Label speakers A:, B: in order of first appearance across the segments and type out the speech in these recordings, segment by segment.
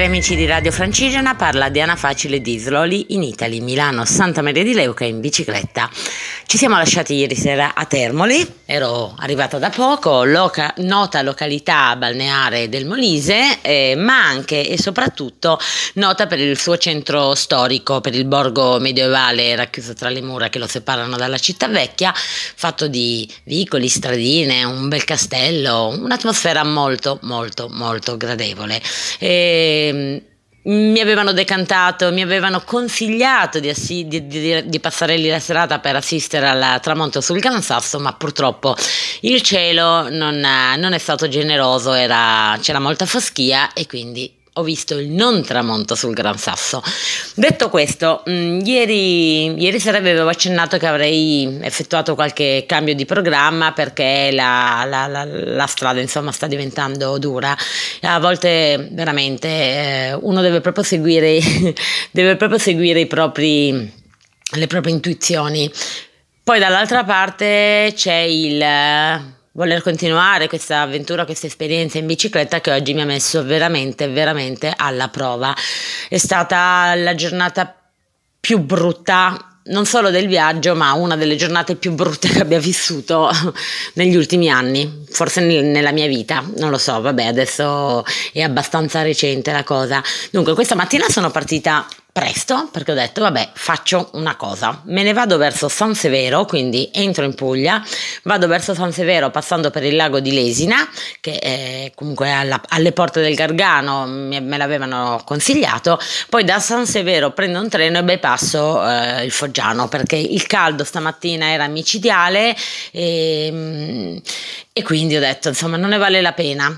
A: cari amici di Radio Francigena, parla Diana Facile di Slowly in Italy, Milano, Santa Maria di Leuca in bicicletta. Ci siamo lasciati ieri sera a Termoli, ero arrivata da poco, nota località balneare del Molise, ma anche e soprattutto nota per il suo centro storico, per il borgo medievale racchiuso tra le mura che lo separano dalla città vecchia, fatto di vicoli, stradine, un bel castello, un'atmosfera molto molto molto gradevole. Mi avevano decantato, mi avevano consigliato di passare lì la serata per assistere al tramonto sul Gran Sasso, ma purtroppo il cielo non è stato generoso, c'era molta foschia e quindi ho visto il non tramonto sul Gran Sasso. Detto questo, ieri sera avevo accennato che avrei effettuato qualche cambio di programma perché la strada insomma sta diventando dura. A volte veramente uno deve proprio seguire le proprie intuizioni. Poi dall'altra parte c'è il voler continuare questa avventura, questa esperienza in bicicletta che oggi mi ha messo veramente, veramente alla prova. È stata la giornata più brutta, non solo del viaggio, ma una delle giornate più brutte che abbia vissuto negli ultimi anni, forse nella mia vita, non lo so, vabbè, adesso è abbastanza recente la cosa. Dunque, questa mattina sono partita presto perché ho detto vabbè, faccio una cosa, me ne vado verso San Severo, quindi entro in Puglia, vado verso San Severo passando per il lago di Lesina, che è comunque alle porte del Gargano, me l'avevano consigliato. Poi da San Severo prendo un treno e bypasso il Foggiano, perché il caldo stamattina era micidiale e quindi ho detto insomma non ne vale la pena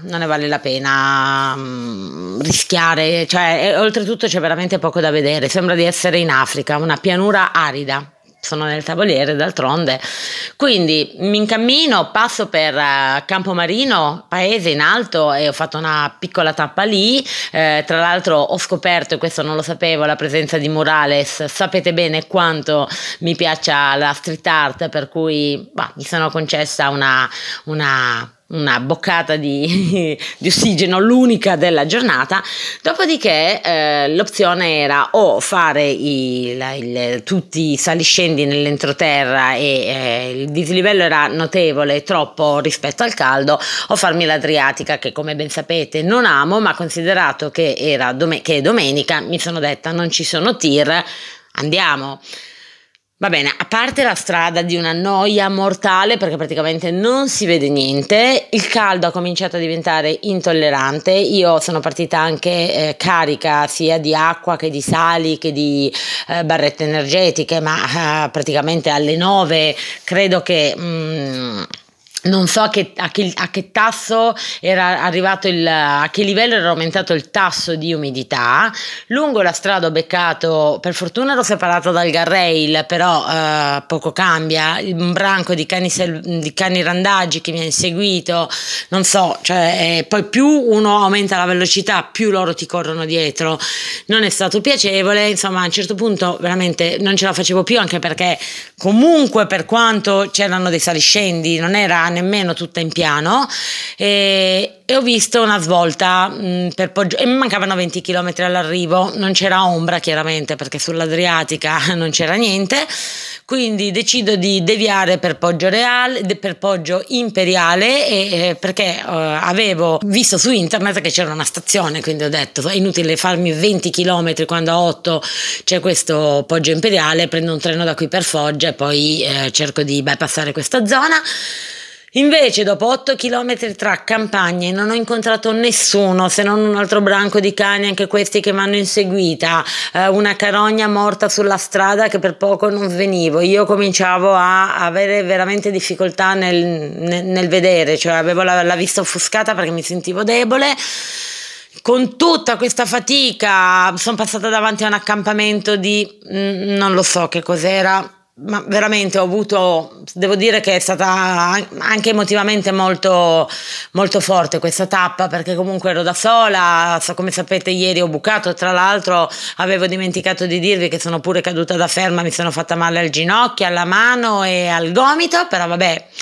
A: rischiare, cioè oltretutto c'è veramente poco da vedere, sembra di essere in Africa, una pianura arida. Sono nel Tavoliere d'altronde, quindi mi incammino, passo per Campomarino, paese in alto, e ho fatto una piccola tappa lì. Tra l'altro ho scoperto, e questo non lo sapevo, la presenza di murales. Sapete bene quanto mi piaccia la street art, per cui mi sono concessa una boccata di ossigeno, l'unica della giornata. Dopodiché l'opzione era o fare tutti i saliscendi nell'entroterra e il dislivello era notevole, troppo rispetto al caldo, o farmi l'Adriatica, che come ben sapete non amo, ma considerato che è domenica mi sono detta non ci sono tir, andiamo. Va bene, a parte la strada di una noia mortale perché praticamente non si vede niente, il caldo ha cominciato a diventare intollerante. Io sono partita anche carica sia di acqua che di sali che di barrette energetiche, ma praticamente alle 9 credo che non so a che tasso era arrivato a che livello era aumentato il tasso di umidità. Lungo la strada ho beccato, per fortuna ero separato dal guardrail, però poco cambia, un branco di cani randagi che mi ha inseguito, non so, cioè poi più uno aumenta la velocità più loro ti corrono dietro, non è stato piacevole. Insomma, a un certo punto veramente non ce la facevo più, anche perché comunque per quanto c'erano dei saliscendi non era nemmeno tutta in piano, e ho visto una svolta per Poggio, e mi mancavano 20 km all'arrivo, non c'era ombra chiaramente perché sull'Adriatica non c'era niente, quindi decido di deviare per Poggio Imperiale, perché avevo visto su internet che c'era una stazione, quindi ho detto è inutile farmi 20 km quando a 8 c'è questo Poggio Imperiale, prendo un treno da qui per Foggia e poi cerco di bypassare questa zona. Invece dopo 8 km tra campagne non ho incontrato nessuno, se non un altro branco di cani, anche questi che mi hanno inseguita, una carogna morta sulla strada che per poco non svenivo. Io cominciavo a avere veramente difficoltà nel vedere, cioè avevo la vista offuscata perché mi sentivo debole. Con tutta questa fatica sono passata davanti a un accampamento non lo so che cos'era, ma veramente devo dire che è stata anche emotivamente molto, molto forte questa tappa, perché comunque ero da sola. Come sapete ieri ho bucato, tra l'altro avevo dimenticato di dirvi che sono pure caduta da ferma, mi sono fatta male al ginocchio, alla mano e al gomito, però vabbè,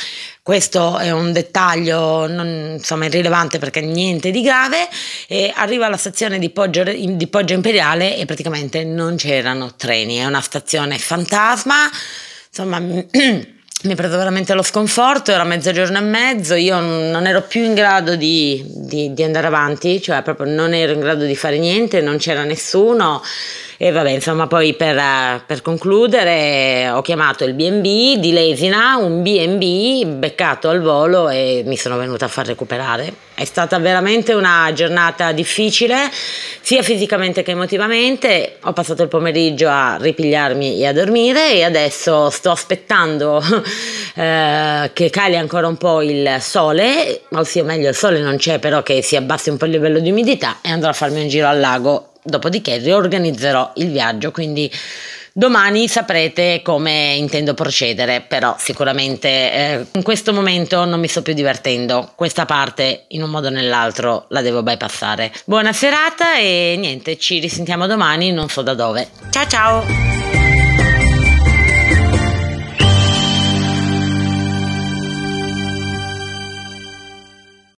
A: questo è un dettaglio insomma irrilevante perché niente di grave, e arriva alla stazione di Poggio Imperiale e praticamente non c'erano treni, è una stazione fantasma, insomma mi ha preso veramente lo sconforto, era 2:30, io non ero più in grado di andare avanti, cioè proprio non ero in grado di fare niente, non c'era nessuno. E vabbè, insomma, poi per concludere ho chiamato il B&B di Lesina, un B&B beccato al volo, e mi sono venuta a far recuperare. È stata veramente una giornata difficile, sia fisicamente che emotivamente. Ho passato il pomeriggio a ripigliarmi e a dormire, e adesso sto aspettando che cali ancora un po' il sole, ossia meglio il sole non c'è, però che si abbassi un po' il livello di umidità, e andrò a farmi un giro al lago. Dopodiché riorganizzerò il viaggio, quindi domani saprete come intendo procedere, però sicuramente in questo momento non mi sto più divertendo, questa parte in un modo o nell'altro la devo bypassare. Buona serata e niente, ci risentiamo domani, non so da dove. Ciao ciao!